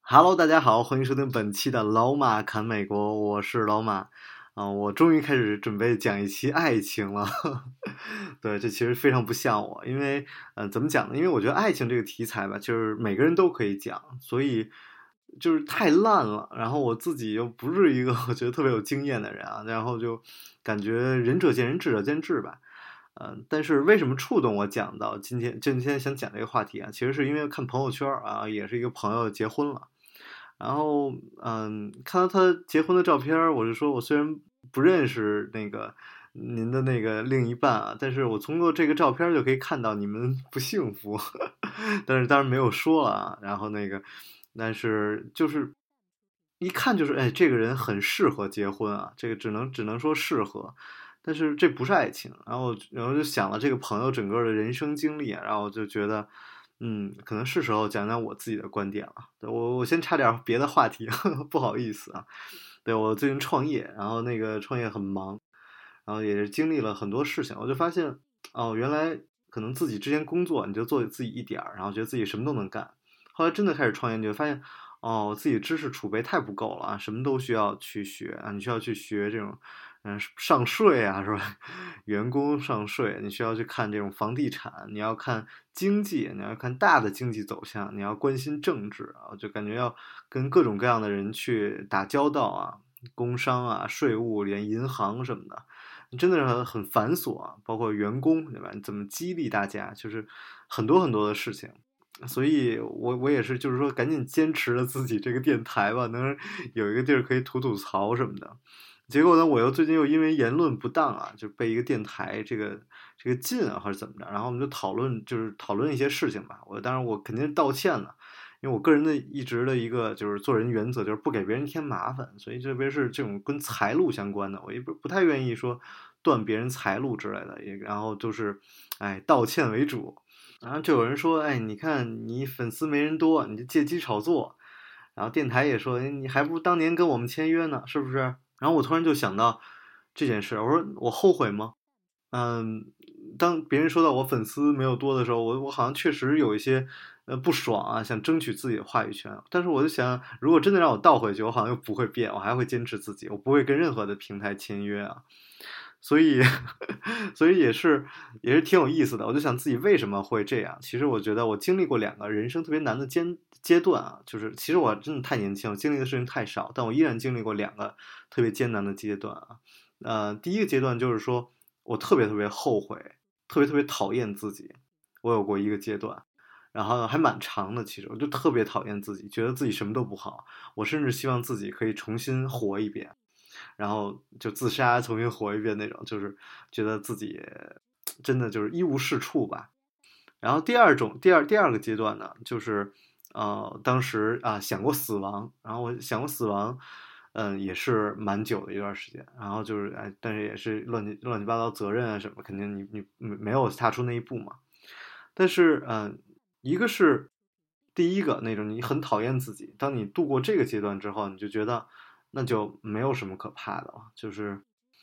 Hello，大家好，欢迎收听本期的老马侃美国，我是老马。我终于开始准备讲一期爱情了。对，这其实非常不像我，因为怎么讲呢？因为我觉得爱情这个题材吧，就是每个人都可以讲，所以就是太烂了。然后我自己又不是一个我觉得特别有经验的人啊，然后就感觉仁者见仁，智者见智吧。但是为什么触动我讲到今天想讲这个话题啊？其实是因为看朋友圈啊，也是一个朋友结婚了。然后，看到他结婚的照片我就说，我虽然不认识您的那个另一半啊，但是我通过这个照片就可以看到你们不幸福，但是当然没有说了啊。然后但是就是一看就是，哎，这个人很适合结婚啊，这个只能说适合，但是这不是爱情。然后就想了这个朋友整个的人生经历啊，然后我就觉得。可能是时候讲讲我自己的观点了。对，我先插点别的话题，不好意思啊。对，我最近创业，然后那个创业很忙，然后也是经历了很多事情，我就发现哦，原来可能自己之前工作你就做自己一点儿，然后觉得自己什么都能干，后来真的开始创业，你就发现哦，自己知识储备太不够了啊，什么都需要去学啊，你需要去学这种上税啊，是吧？员工上税，你需要去看这种房地产，你要看经济，你要看大的经济走向，你要关心政治啊，就感觉要跟各种各样的人去打交道啊，工商啊、税务、连银行什么的，真的是很繁琐啊，包括员工对吧？怎么激励大家，就是很多很多的事情。所以我也是，就是说，赶紧坚持了自己这个电台吧，能有一个地儿可以吐吐槽什么的。结果呢，我最近又因为言论不当啊，就被一个电台这个禁啊，还是怎么着？然后我们就讨论一些事情吧。当然我肯定是道歉了，因为我个人的一直的一个就是做人原则就是不给别人添麻烦，所以特别是这种跟财路相关的，我也不太愿意说断别人财路之类的，然后就是道歉为主。然后就有人说，哎，你看你粉丝没人多，你就借机炒作。然后电台也说，哎，你还不如当年跟我们签约呢，是不是？然后我突然就想到这件事，我说我后悔吗？嗯，当别人说到我粉丝没有多的时候，我好像确实有一些不爽啊，想争取自己的话语权。但是我就想，如果真的让我倒回去，我好像又不会变，我还会坚持自己，我不会跟任何的平台签约啊。所以，所以也是挺有意思的。我就想自己为什么会这样。其实我觉得我经历过两个人生特别难的阶段啊，就是其实我真的太年轻，经历的事情太少，但我依然经历过两个特别艰难的阶段啊。第一个阶段就是说我特别特别后悔，特别特别讨厌自己。我有过一个阶段，然后还蛮长的。其实我就特别讨厌自己，觉得自己什么都不好。我甚至希望自己可以重新活一遍。然后就自杀，重新活一遍那种，就是觉得自己真的就是一无是处吧。然后第二个阶段呢，就是当时啊想过死亡，然后我想过死亡，也是蛮久的一段时间。然后就是但是也是乱七八糟责任啊什么，肯定你没有踏出那一步嘛。但是一个是第一个那种你很讨厌自己，当你度过这个阶段之后，你就觉得那就没有什么可怕的了，就是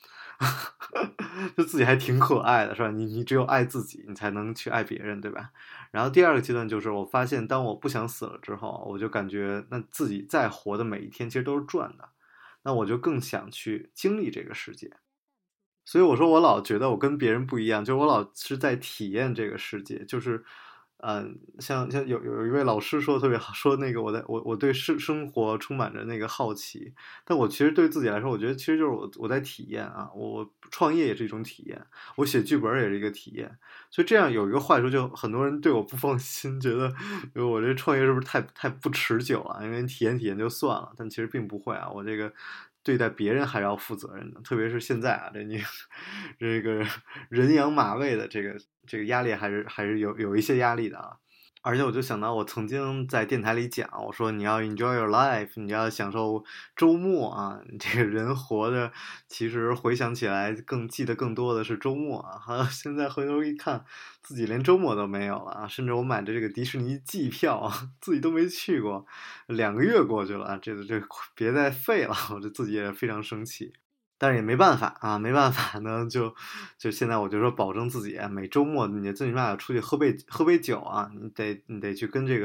就自己还挺可爱的，是吧？你只有爱自己，你才能去爱别人，对吧？然后第二个阶段就是我发现，当我不想死了之后，我就感觉那自己再活的每一天其实都是赚的，那我就更想去经历这个世界。所以我说，我老觉得我跟别人不一样，就是我老是在体验这个世界，就是，像有一位老师说的特别好，说那个我对生活充满着那个好奇，但我其实对自己来说，我觉得其实就是我在体验啊，我创业也是一种体验，我写剧本也是一个体验，所以这样有一个坏处，就很多人对我不放心，觉得我这创业是不是太不持久了？因为体验体验就算了，但其实并不会啊，我这个对待别人还是要负责任的，特别是现在啊，这个人仰马位的这个压力还是有一些压力的啊。而且我就想到，我曾经在电台里讲，我说你要 enjoy your life，你要享受周末啊。这个人活着，其实回想起来，记得更多的是周末啊。好，现在回头一看，自己连周末都没有了啊！甚至我买的这个迪士尼季票啊，自己都没去过，2个月过去了啊，这别再废了，我就自己也非常生气。但是也没办法啊，没办法呢，就现在我就说保证自己每周末你最起码要出去喝杯酒啊，你得去跟这个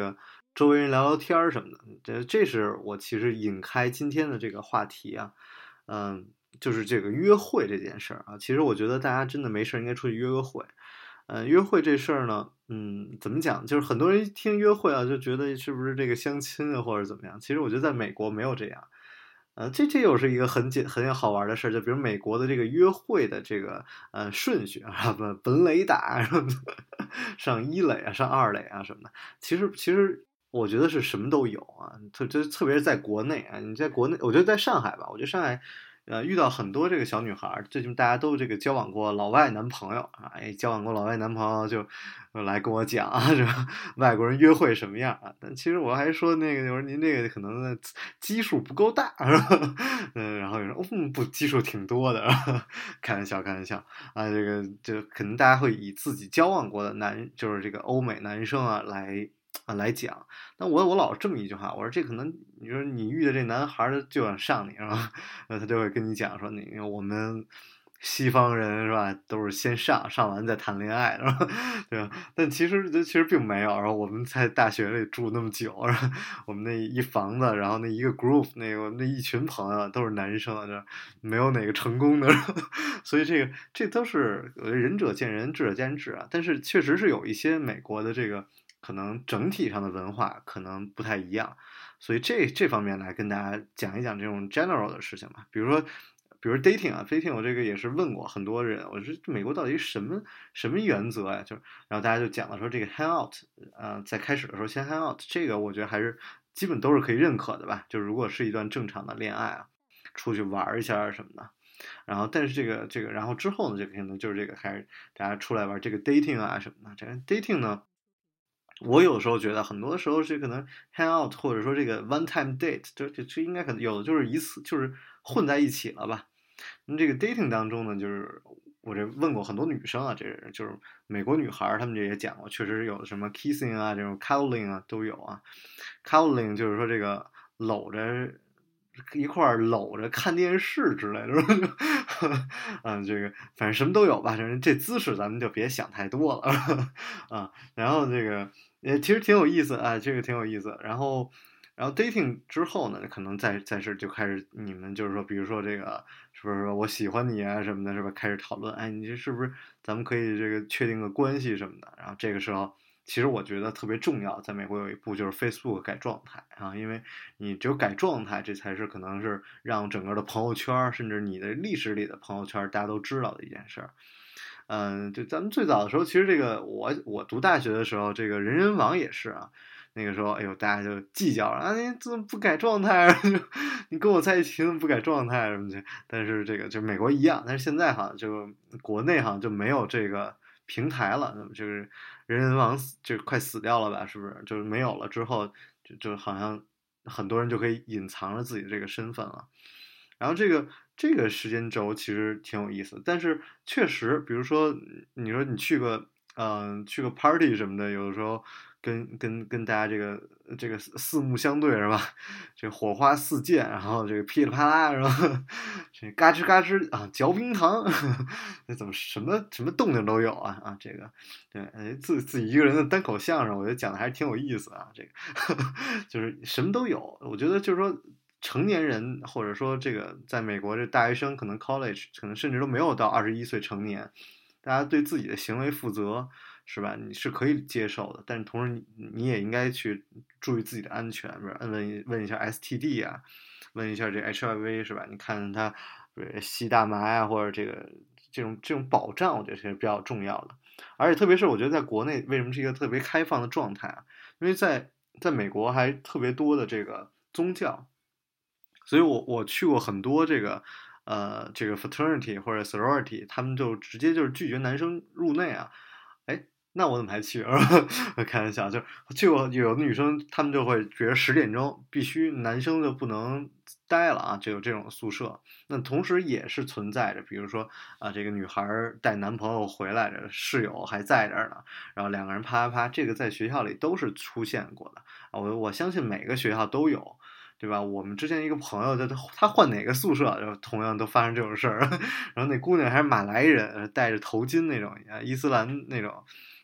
周围人聊聊天儿什么的。这是我其实引开今天的这个话题啊，嗯，就是这个约会这件事儿啊。其实我觉得大家真的没事应该出去约个会。约会这事儿呢，怎么讲？就是很多人一听约会啊，就觉得是不是这个相亲啊，或者怎么样？其实我觉得在美国没有这样。这又是一个很好玩的事儿，就比如美国的这个约会的这个顺序啊，本垒打什么的，上一垒啊，上二垒啊什么的。其实我觉得是什么都有啊，特别是在国内啊，你在国内，我觉得在上海吧，我觉得上海。遇到很多这个小女孩，最近大家都这个交往过老外男朋友啊，交往过老外男朋友就来跟我讲啊，这个外国人约会什么样啊？但其实我还说那个，我说您这个可能基数不够大，是吧？然后有人说，不，基数挺多的，开玩笑，开玩笑啊，这个就可能大家会以自己交往过的就是这个欧美男生啊来讲。但我老这么一句话，我说这可能你说你遇的这男孩儿就想上你是吧？他就会跟你讲说，我们西方人是吧，都是先上完再谈恋爱，是吧？对吧？但其实并没有。然后我们在大学里住那么久，然后我们那一房子，然后那一个 group，那一群朋友都是男生，这没有哪个成功的。所以这都是仁者见仁，智者见智啊。但是确实是有一些美国的这个可能整体上的文化可能不太一样。所以这方面来跟大家讲一讲这种 general 的事情吧。比如 dating 啊，dating 我这个也是问过很多人，我说美国到底什么原则呀？然后大家就讲了说这个 hang out，在开始的时候先 hang out，这个我觉得还是基本都是可以认可的吧。就如果是一段正常的恋爱啊，出去玩一下什么的。然后，但是这个，然后之后呢，就可能就是这个开始大家出来玩这个 dating 啊什么的。这个 dating 呢，我有时候觉得很多时候是可能 hang out 或者说这个 one time date，这应该可能有的就是一次就是混在一起了吧。那这个 dating 当中呢，就是我这问过很多女生啊，就是美国女孩，她们这也讲过，确实有什么 kissing 啊，这种 cuddling 啊都有啊。cuddling 就是说这个搂着一块儿搂着看电视之类的，这个反正什么都有吧，这姿势咱们就别想太多了啊。然后这个其实挺有意思啊，这个挺有意思。然后 dating 之后呢，可能在这就开始你们就是说，比如说这个是不是说我喜欢你啊什么的，是吧？开始讨论，哎，你这是不是咱们可以这个确定个关系什么的？然后这个时候，其实我觉得特别重要，在美国有一步就是 Facebook 改状态啊，因为你只有改状态，这才是可能是让整个的朋友圈，甚至你的历史里的朋友圈，大家都知道的一件事儿。就咱们最早的时候，其实这个我读大学的时候，这个人人网也是啊。那个时候，哎呦，大家就计较啊，你怎么不改状态啊？你跟我在一起怎么不改状态什么的？但是这个就美国一样，但是现在好像就国内好像就没有这个平台了，那么就是人人网就快死掉了吧？是不是？就是没有了之后，就好像很多人就可以隐藏了自己的这个身份了。然后这个时间轴其实挺有意思，但是确实，比如说你说你去个 party 什么的，有的时候跟大家这个四目相对是吧？这个火花四溅，然后这个噼里啪啦，然后这嘎吱嘎吱啊，嚼冰糖，那怎么什么动静都有啊？这个对，自己一个人的单口相声，我觉得讲的还是挺有意思啊。这个就是什么都有，我觉得就是说。成年人或者说这个在美国这大学生可能 college 可能甚至都没有到21岁成年，大家对自己的行为负责是吧？你是可以接受的，但是同时你也应该去注意自己的安全，比如问一下 STD 啊，问一下这 HIV 是吧？你看他吸大麻呀、或者这种保障，我觉得是比较重要的。而且特别是我觉得在国内为什么是一个特别开放的状态啊？因为在美国还特别多的这个宗教。所以我去过很多这个 fraternity 或者 sorority，他们就直接就是拒绝男生入内啊。哎，那我怎么还去？开玩笑，就去过有的女生，她们就会觉得10点钟必须男生就不能待了啊，就有这种宿舍。那同时也是存在着，比如说这个女孩带男朋友回来着，室友还在这儿呢，然后两个人啪啪啪，这个在学校里都是出现过的啊。我相信每个学校都有。对吧？我们之前一个朋友，他换哪个宿舍，然后同样都发生这种事儿。然后那姑娘还是马来人，戴着头巾那种，伊斯兰那种，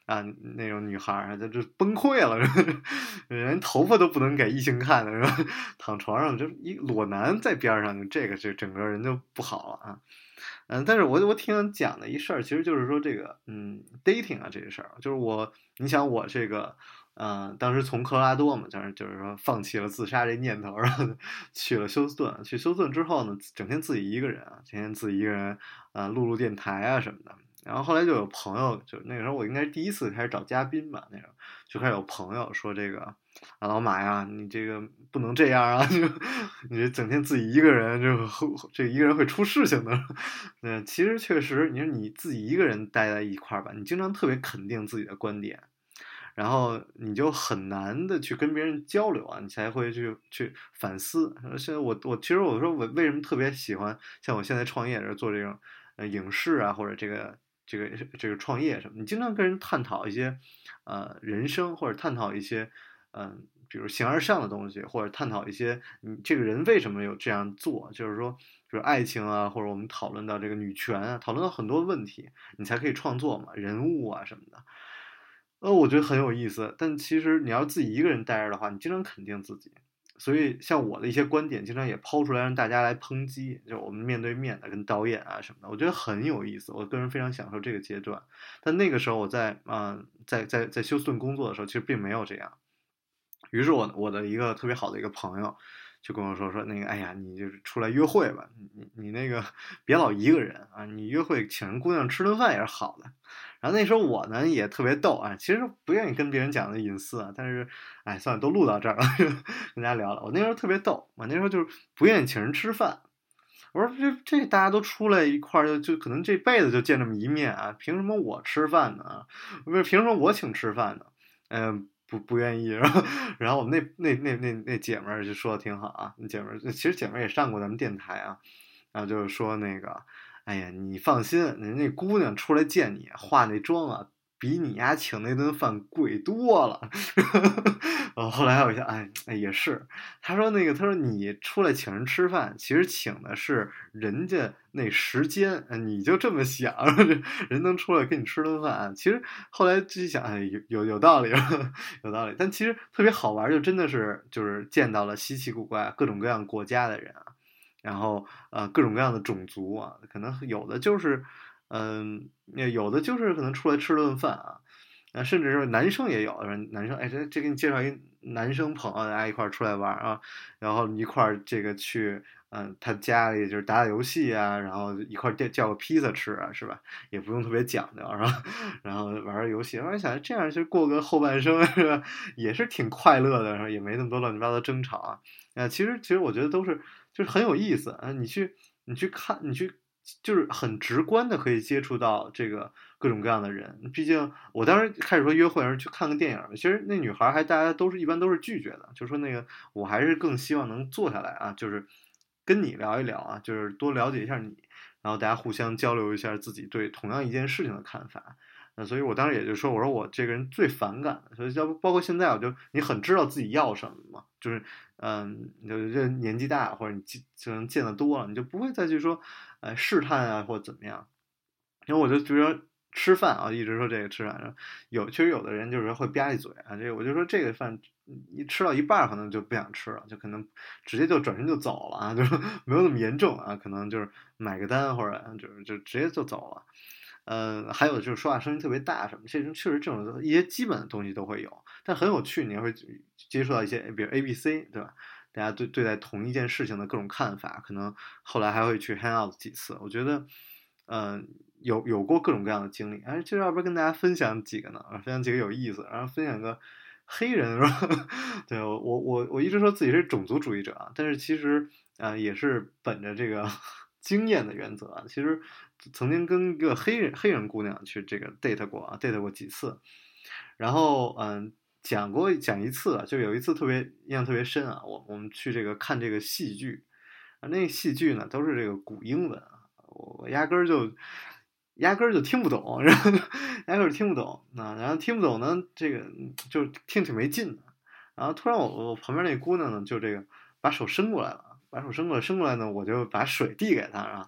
啊，那种女孩儿就崩溃了，人头发都不能给异性看的，是吧？躺床上就一裸男在边上，这个整个人就不好了啊。但是我挺想讲的一事儿，其实就是说这个dating 啊这个事儿，就是你想我这个当时从科罗拉多嘛，就是说放弃了自杀这念头，然后去了休斯顿。去休斯顿之后呢，整天自己一个人啊，天天自己一个人录电台啊什么的。然后后来就有朋友，就那个时候我应该是第一次开始找嘉宾吧，那时候就开始有朋友说这个老马呀，你这个不能这样啊，就你这整天自己一个人，这一个人会出事情的。其实确实，你说你自己一个人待在一块儿吧，你经常特别肯定自己的观点，然后你就很难的去跟别人交流啊，你才会去反思。现在其实我说我为什么特别喜欢像我现在创业做这种影视啊，或者这个创业什么，你经常跟人探讨一些人生，或者探讨一些比如形而上的东西，或者探讨一些你这个人为什么有这样做，就是说比如爱情啊，或者我们讨论到这个女权啊，讨论到很多问题，你才可以创作嘛，人物啊什么的。我觉得很有意思，但其实你要自己一个人待着的话，你经常肯定自己，所以像我的一些观点，经常也抛出来让大家来抨击，就我们面对面的跟导演啊什么的，我觉得很有意思，我个人非常享受这个阶段。但那个时候我在休斯顿工作的时候，其实并没有这样。于是我的一个特别好的一个朋友就跟我说那个，哎呀，你就是出来约会吧，你那个别老一个人啊，你约会请人姑娘吃顿饭也是好的。然后那时候我呢也特别逗啊，其实不愿意跟别人讲的隐私啊，但是哎算了，都录到这儿了，跟大家聊了。我那时候特别逗，我那时候就是不愿意请人吃饭。我说这大家都出来一块儿就可能这辈子就见这么一面啊，凭什么我吃饭呢？不是凭什么我请吃饭呢？不愿意。然后我们那姐们儿就说的挺好啊，那姐们儿其实姐们儿也上过咱们电台啊，然后就是说那个，哎呀，你放心，人那姑娘出来见你化那妆啊，比你丫请那顿饭贵多了。后来我一想，也是，他说你出来请人吃饭，其实请的是人家那时间，你就这么想，人能出来跟你吃顿饭，其实后来自己想，有道理，有道理。但其实特别好玩，就真的是就是见到了稀奇古怪各种各样国家的人啊，然后各种各样的种族啊，可能有的就是有的就是可能出来吃顿饭啊。甚至是男生也有，男生这给你介绍一男生朋友，大家一块儿出来玩啊，然后一块儿这个去他家里就是打打游戏啊，然后一块儿叫个披萨吃啊，是吧？也不用特别讲究，然后玩玩游戏。我想这样就过个后半生是吧？也是挺快乐的，然后也没那么多乱七八糟争吵啊。其实我觉得都是就是很有意思啊，你去看就是很直观的可以接触到这个各种各样的人。毕竟我当时开始说约会的时候去看个电影，其实那女孩大家一般都是拒绝的，就说那个我还是更希望能坐下来啊，就是跟你聊一聊啊，就是多了解一下你，然后大家互相交流一下自己对同样一件事情的看法。所以我当时也就说，我说我这个人最反感的，所以包括现在，你很知道自己要什么嘛，就是就这年纪大或者你见得多了，你就不会再去说试探啊或者怎么样。因为我就觉得吃饭啊，一直说这个吃饭，确实有的人就是会吧唧嘴啊，这个我就说这个饭你吃到一半可能就不想吃了，就可能直接就转身就走了啊，就是没有那么严重啊，可能就是买个单或者就直接就走了。还有就是说话声音特别大什么，确实这种一些基本的东西都会有，但很有趣，你会接触到一些，比如 ABC 对吧？大家对待同一件事情的各种看法，可能后来还会去 hang out 几次。我觉得，有过各种各样的经历。就要不跟大家分享几个呢？分享几个有意思，然后分享个黑人是吧？对我一直说自己是种族主义者啊，但是其实也是本着这个经验的原则啊，其实曾经跟一个黑人姑娘去这个 date 过啊，date 过几次，然后讲一次啊，就有一次印象特别深啊，我们去这个看这个戏剧啊，那戏剧呢都是这个古英文啊，我压根儿就听不懂，然后压根儿听不懂啊，然后听不懂呢，这个就听挺没劲的。然后突然我旁边那姑娘呢，就这个把手伸过来了，把手伸过来呢，我就把水递给她啊，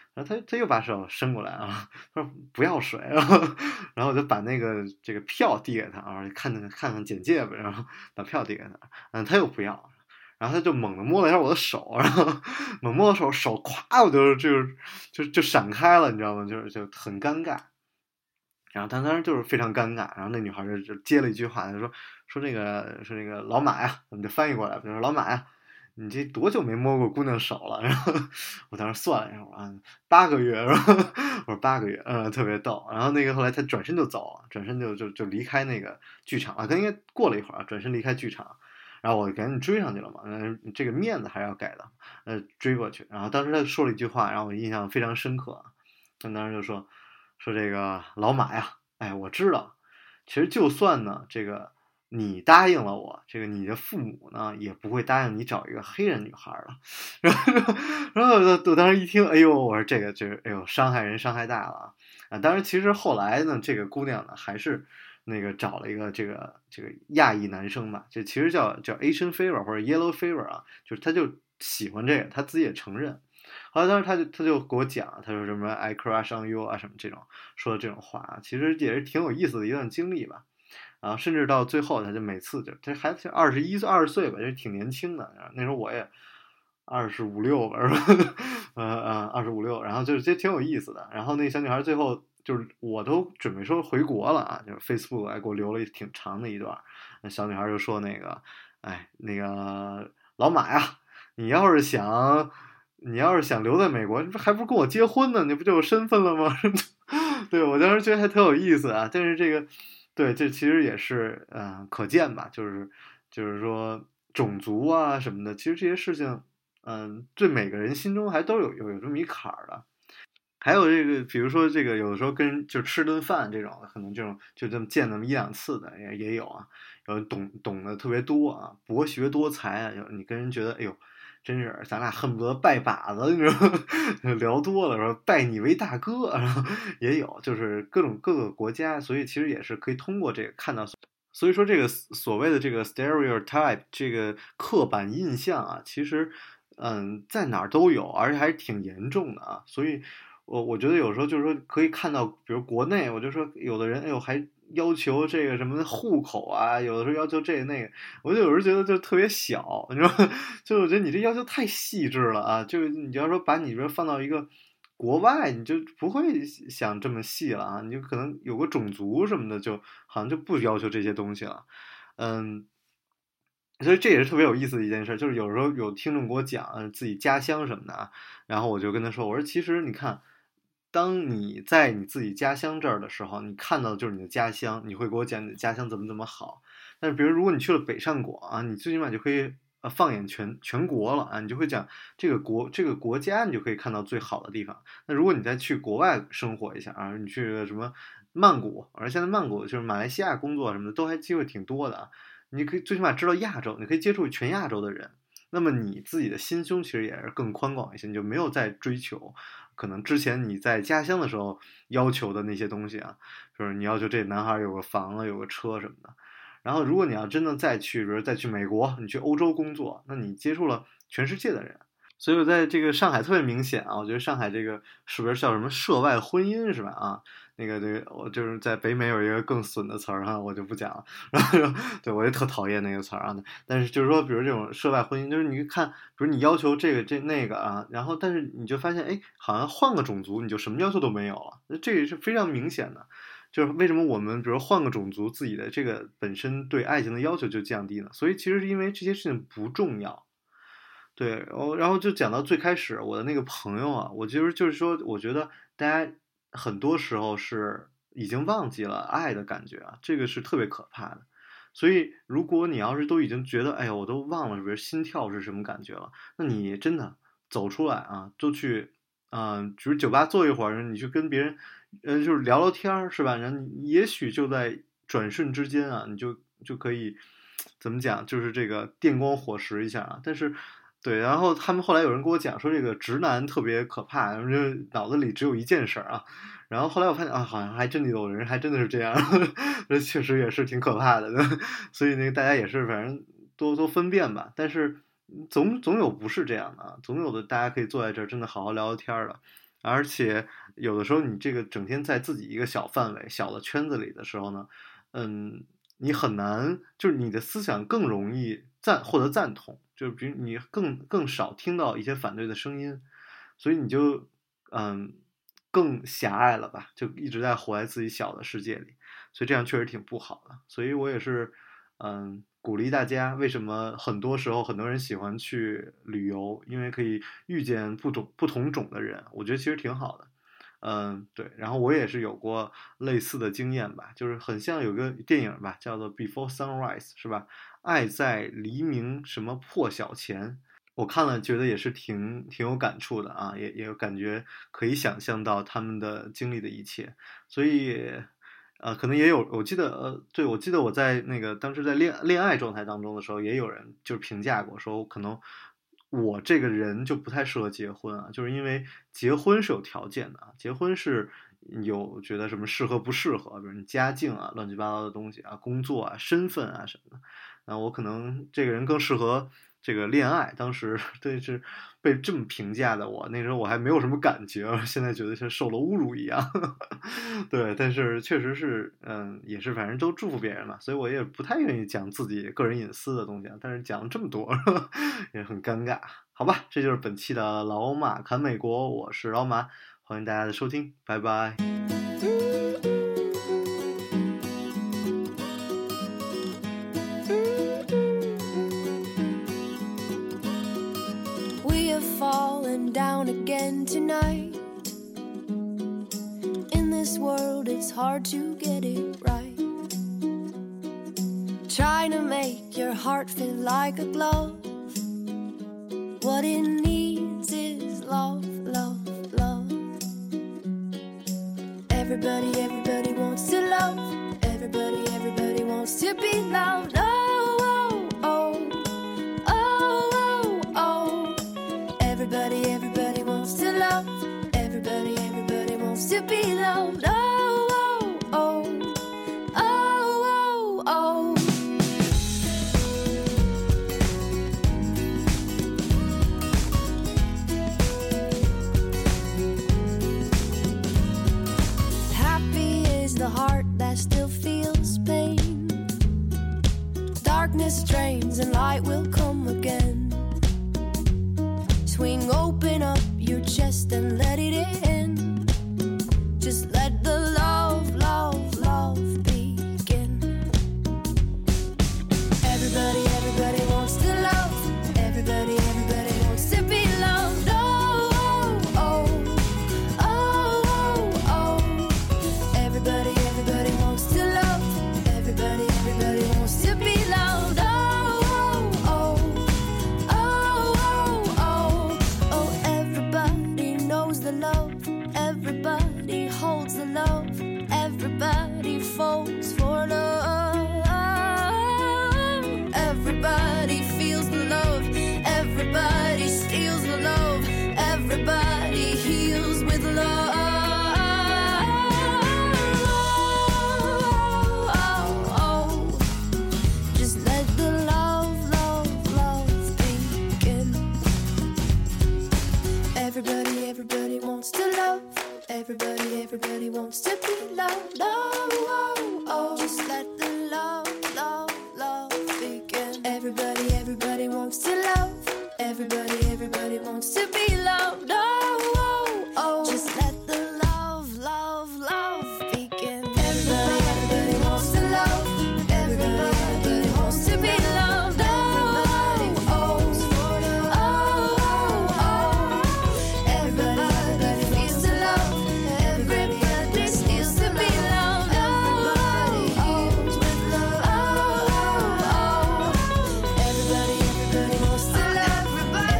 然后他又把手伸过来啊，他说不要水，然后我就把这个票递给他啊，看简介呗，然后把票递给他，他又不要，然后他就猛地摸了一下我的手，然后猛摸手咵我就闪开了，你知道吗？就很尴尬。然后他当时就是非常尴尬，然后那女孩就接了一句话，她说那个老马呀，我们就翻译过来，就说老马呀，你这多久没摸过姑娘手了？然后我当时算了一下，我说8个月，然后我说8个月，特别逗。然后那个后来他转身就走了，转身就离开那个剧场了。他应该过了一会儿转身离开剧场，然后我赶紧追上去了嘛，这个面子还是要给的，追过去。然后当时他说了一句话，然后我印象非常深刻，他当时就说这个老马呀，哎，我知道，其实就算呢，这个你答应了我，这个你的父母呢也不会答应你找一个黑人女孩了。然后我当时一听，哎呦，我说这个哎呦，伤害人伤害大了啊！当然，其实后来呢，这个姑娘呢还是那个找了一个这个亚裔男生吧，就其实叫 Asian Fever 或者 Yellow Fever 啊，就是他就喜欢这个，他自己也承认。后来当时他就给我讲，他说什么 I crush on you 啊什么这种说的这种话，其实也是挺有意思的一段经历吧。然后甚至到最后，他就每次他还21岁20岁吧，就是挺年轻的。那时候我也25、26吧，是吧？25、26，然后就挺有意思的。然后那小女孩最后就是我都准备说回国了啊，就是 Facebook 还给我留了挺长的一段。那小女孩就说那个，哎，那个老马呀，你要是想。你要是想留在美国，还不是跟我结婚呢？你不就有身份了吗？对，我当时觉得还特有意思啊。但是这个，对，这其实也是可见吧，就是说种族啊什么的，其实这些事情，对每个人心中还都有这么一坎儿的。还有这个，比如说这个，有的时候跟人就吃顿饭这种的，可能这种就这么见那么1、2次的也有啊。有人懂得特别多啊，博学多才啊。有你跟人觉得，哎呦，真是咱俩恨不得拜把子，你知道吗？聊多了说拜你为大哥，然后也有，就是各个国家，所以其实也是可以通过这个看到。所以说，这个所谓的这个 stereotype 这个刻板印象啊，其实在哪儿都有，而且还是挺严重的啊。所以我觉得有时候就是说可以看到，比如国内，我就说有的人哎呦还要求这个什么户口啊，有的时候要求这个那个，我就有时候觉得就特别小，你知道吗？就我觉得你这要求太细致了啊！就你要说把你这放到一个国外，你就不会想这么细了啊！你就可能有个种族什么的，就好像就不要求这些东西了，嗯。所以这也是特别有意思的一件事，就是有时候有听众给我讲自己家乡什么的啊，然后我就跟他说，我说其实你看，当你在你自己家乡这儿的时候，你看到的就是你的家乡，你会给我讲你的家乡怎么好。但是比如如果你去了北上广啊，你最起码就可以放眼全国了啊，你就会讲这个国家，你就可以看到最好的地方。那如果你再去国外生活一下啊，你去什么曼谷，而现在曼谷就是马来西亚工作什么的都还机会挺多的啊。你可以最起码知道亚洲，你可以接触全亚洲的人，那么你自己的心胸其实也是更宽广一些，你就没有再追求可能之前你在家乡的时候要求的那些东西啊，就是你要求这男孩有个房啊，有个车什么的。然后如果你要真的再去，比如再去美国，你去欧洲工作，那你接触了全世界的人。所以我在这个上海特别明显啊，我觉得上海这个是不是叫什么涉外婚姻是吧？啊，这个我就是在北美有一个更损的词儿哈，我就不讲了。然后对我也特讨厌那个词儿啊，但是就是说，比如这种涉外婚姻，就是你看，比如你要求这个那个啊，然后但是你就发现，哎，好像换个种族你就什么要求都没有了，那这也是非常明显的。就是为什么我们比如换个种族，自己的这个本身对爱情的要求就降低了？所以其实是因为这些事情不重要。对，然后就讲到最开始我的那个朋友啊，我就是说，我觉得大家很多时候是已经忘记了爱的感觉啊，这个是特别可怕的。所以，如果你要是都已经觉得，哎呀，我都忘了，比如心跳是什么感觉了，那你真的走出来啊，就去，比如酒吧坐一会儿，你去跟别人，就是聊聊天儿，是吧？然后你也许就在转瞬之间啊，你就可以怎么讲，就是这个电光火石一下啊。但是，对，然后他们后来有人跟我讲说，这个直男特别可怕，然后就脑子里只有一件事儿啊。然后后来我发现啊，好像还真的有人还真的是这样，这确实也是挺可怕的。所以那个大家也是反正多分辨吧。但是总有不是这样的啊，总有的大家可以坐在这儿真的好好聊聊天儿的。 而且有的时候你这个整天在自己一个小范围、小的圈子里的时候呢，你很难，就是你的思想更容易获得赞同，就是比如你更少听到一些反对的声音，所以你就更狭隘了吧，就一直在活在自己小的世界里，所以这样确实挺不好的。所以我也是鼓励大家，为什么很多时候很多人喜欢去旅游，因为可以遇见不同种的人，我觉得其实挺好的。对，然后我也是有过类似的经验吧，就是很像有个电影吧，叫做《Before Sunrise》，是吧？爱在黎明什么破晓前，我看了觉得也是挺有感触的啊，也有感觉可以想象到他们的经历的一切，所以可能也有，我记得对，我记得我在那个当时在恋爱状态当中的时候，也有人就是评价过，说可能我这个人就不太适合结婚啊，就是因为结婚是有条件的啊，结婚是有觉得什么适合不适合，比如你家境啊、乱七八糟的东西啊、工作啊、身份啊什么的，那我可能这个人更适合这个恋爱，当时对是被这么评价的我，那时候我还没有什么感觉，现在觉得像受了侮辱一样。对，但是确实是，也是反正都祝福别人嘛，所以我也不太愿意讲自己个人隐私的东西啊。但是讲了这么多，也很尴尬。好吧，这就是本期的老马侃美国，我是老马，欢迎大家的收听，拜拜。 Falling down again tonight. In this world it's hard to get it right. Trying to make your heart feel like a glove. What it needs is love, love, love. Everybody wants to love. Everybody wants to be loved. Oh, oh, oh, oh, oh. Everybody wants to love. Everybody wants to be loved. Oh, oh, oh, oh, oh, oh. Happy is the heart that still feels pain. Darkness drains and light will come again. Swing open up your chest and let it in. Just let the love, love, love begin. Everybody wants to love. Everybody wants to be loved. Oh, oh, oh, oh, oh. Everybody wants to love. Everybody wants to be loved. Oh, oh, oh, oh, oh. Everybody knows the love. Everybody holds the love. Everybody falls for love. Everybody feels the love. Everybody steals the love. Everybody heals with love. Just let the love, love, love begin. Everybody wants to love. Everybody wants to be loved. Oh, oh, oh. Just let the love, love, love begin. Everybody wants to love. Everybody wants to be loved. Oh, oh, oh. Just let the love, love, love begin. Everybody wants to love. Everybody wants to be loved. Oh, oh, oh, oh. Everybody feels the love. Everybody steals to be loved. Everybody heals with love. Oh, oh, oh. Everybody wants to love.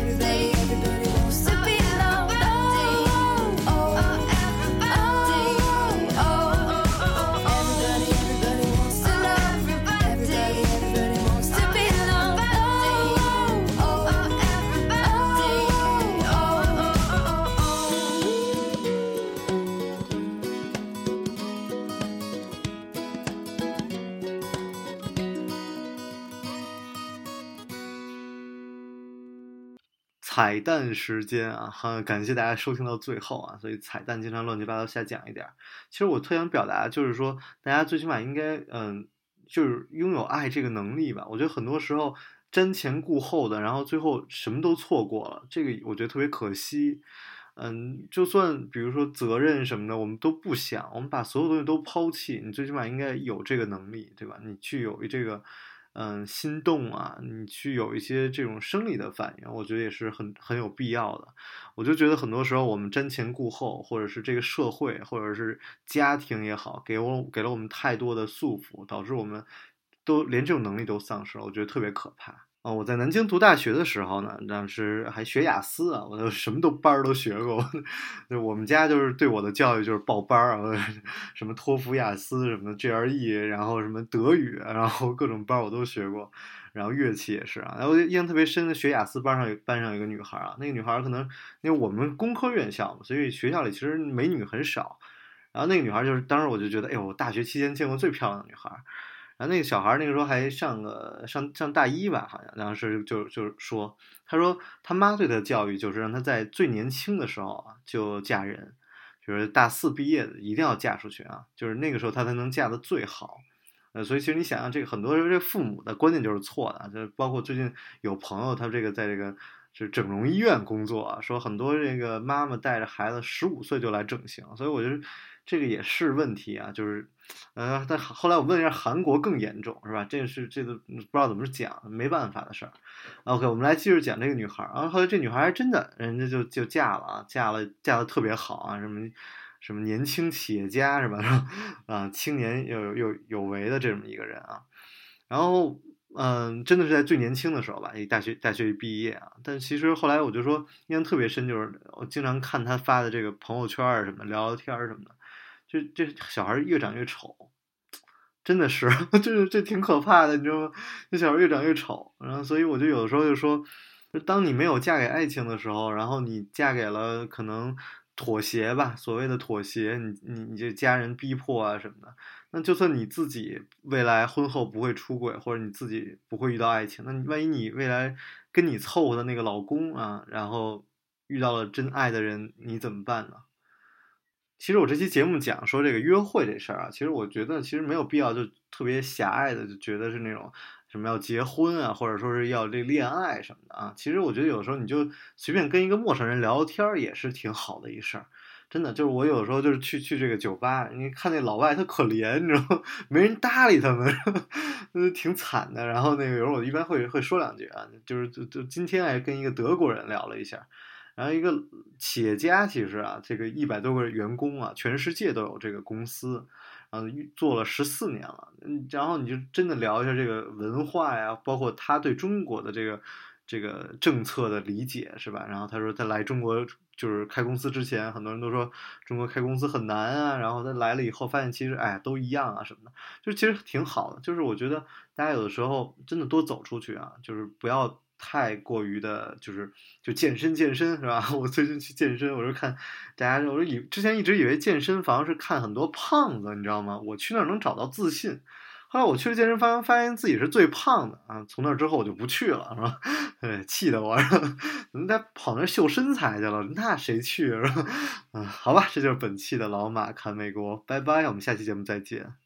彩蛋时间啊，感谢大家收听到最后啊，所以彩蛋经常乱七八糟瞎讲一点。其实我特想表达就是说，大家最起码应该就是拥有爱这个能力吧。我觉得很多时候瞻前顾后的，然后最后什么都错过了，这个我觉得特别可惜。就算比如说责任什么的，我们都不想，我们把所有东西都抛弃，你最起码应该有这个能力，对吧？你去有这个，心动啊，你去有一些这种生理的反应，我觉得也是很有必要的。我就觉得很多时候我们瞻前顾后，或者是这个社会，或者是家庭也好，给了我们太多的束缚，导致我们都连这种能力都丧失了，我觉得特别可怕。我在南京读大学的时候呢，当时还学雅思啊，我就什么班儿都学过。就我们家就是对我的教育就是报班儿啊，什么托福、雅思什么的 GRE，然后什么德语，然后各种班我都学过，然后乐器也是啊。然后印象特别深的，学雅思班上有一个女孩啊，那个女孩可能因为我们工科院校嘛，所以学校里其实美女很少。然后那个女孩就是当时我就觉得，哎呦，我大学期间见过最漂亮的女孩。然后那个小孩那个时候还上大一吧，好像当时就是说，他说他妈对他的教育就是让他在最年轻的时候啊就嫁人，就是大4毕业的一定要嫁出去啊，就是那个时候他才能嫁得最好。所以其实你想想，这个很多人这父母的观念就是错的啊，就包括最近有朋友他这个在这个是整容医院工作啊，说很多这个妈妈带着孩子15岁就来整形，所以我觉得这个也是问题啊，就是，但后来我问一下，韩国更严重是吧？这个不知道怎么讲，没办法的事儿。OK，我们来继续讲这个女孩，然后后来这女孩还真的，人家就嫁了啊，嫁得特别好啊，什么年轻企业家是吧？啊，青年有为的这么一个人啊，然后。真的是在最年轻的时候吧，大学一毕业啊，但其实后来我就说印象特别深，就是我经常看他发的这个朋友圈啊什么聊天什么的，就这小孩越长越丑，真的是，这挺可怕的，你知道吗？这小孩越长越丑，然后所以我就有的时候就说，当你没有嫁给爱情的时候，然后你嫁给了可能妥协吧，所谓的妥协，你这家人逼迫啊什么的，那就算你自己未来婚后不会出轨，或者你自己不会遇到爱情，那你万一你未来跟你凑合的那个老公啊，然后遇到了真爱的人，你怎么办呢？其实我这期节目讲说这个约会这事儿啊，其实我觉得其实没有必要就特别狭隘的就觉得是那种什么要结婚啊，或者说是要这恋爱什么的啊。其实我觉得有时候你就随便跟一个陌生人聊天也是挺好的一事儿。真的，就是我有时候就是去这个酒吧，你看那老外他可怜，你知道吗？没人搭理他们，挺惨的。然后那个有时候我一般会说两句啊，就今天还跟一个德国人聊了一下。然后一个企业家，其实啊，这个100多个员工啊，全世界都有这个公司，做了14年了。然后你就真的聊一下这个文化呀，包括他对中国的这个政策的理解，是吧？然后他说他来中国就是开公司之前，很多人都说中国开公司很难啊，然后他来了以后发现其实哎都一样啊什么的，就其实挺好的。就是我觉得大家有的时候真的多走出去啊，就是不要。太过于的，就健身是吧？我最近去健身，我就看大家，我说之前一直以为健身房是看很多胖子，你知道吗？我去那儿能找到自信。后来我去了健身房，发现自己是最胖的啊！从那之后我就不去了，是吧？对，气得我，人家跑那秀身材去了，那谁去是吧？好吧，这就是本期的老马看美国，拜拜，我们下期节目再见。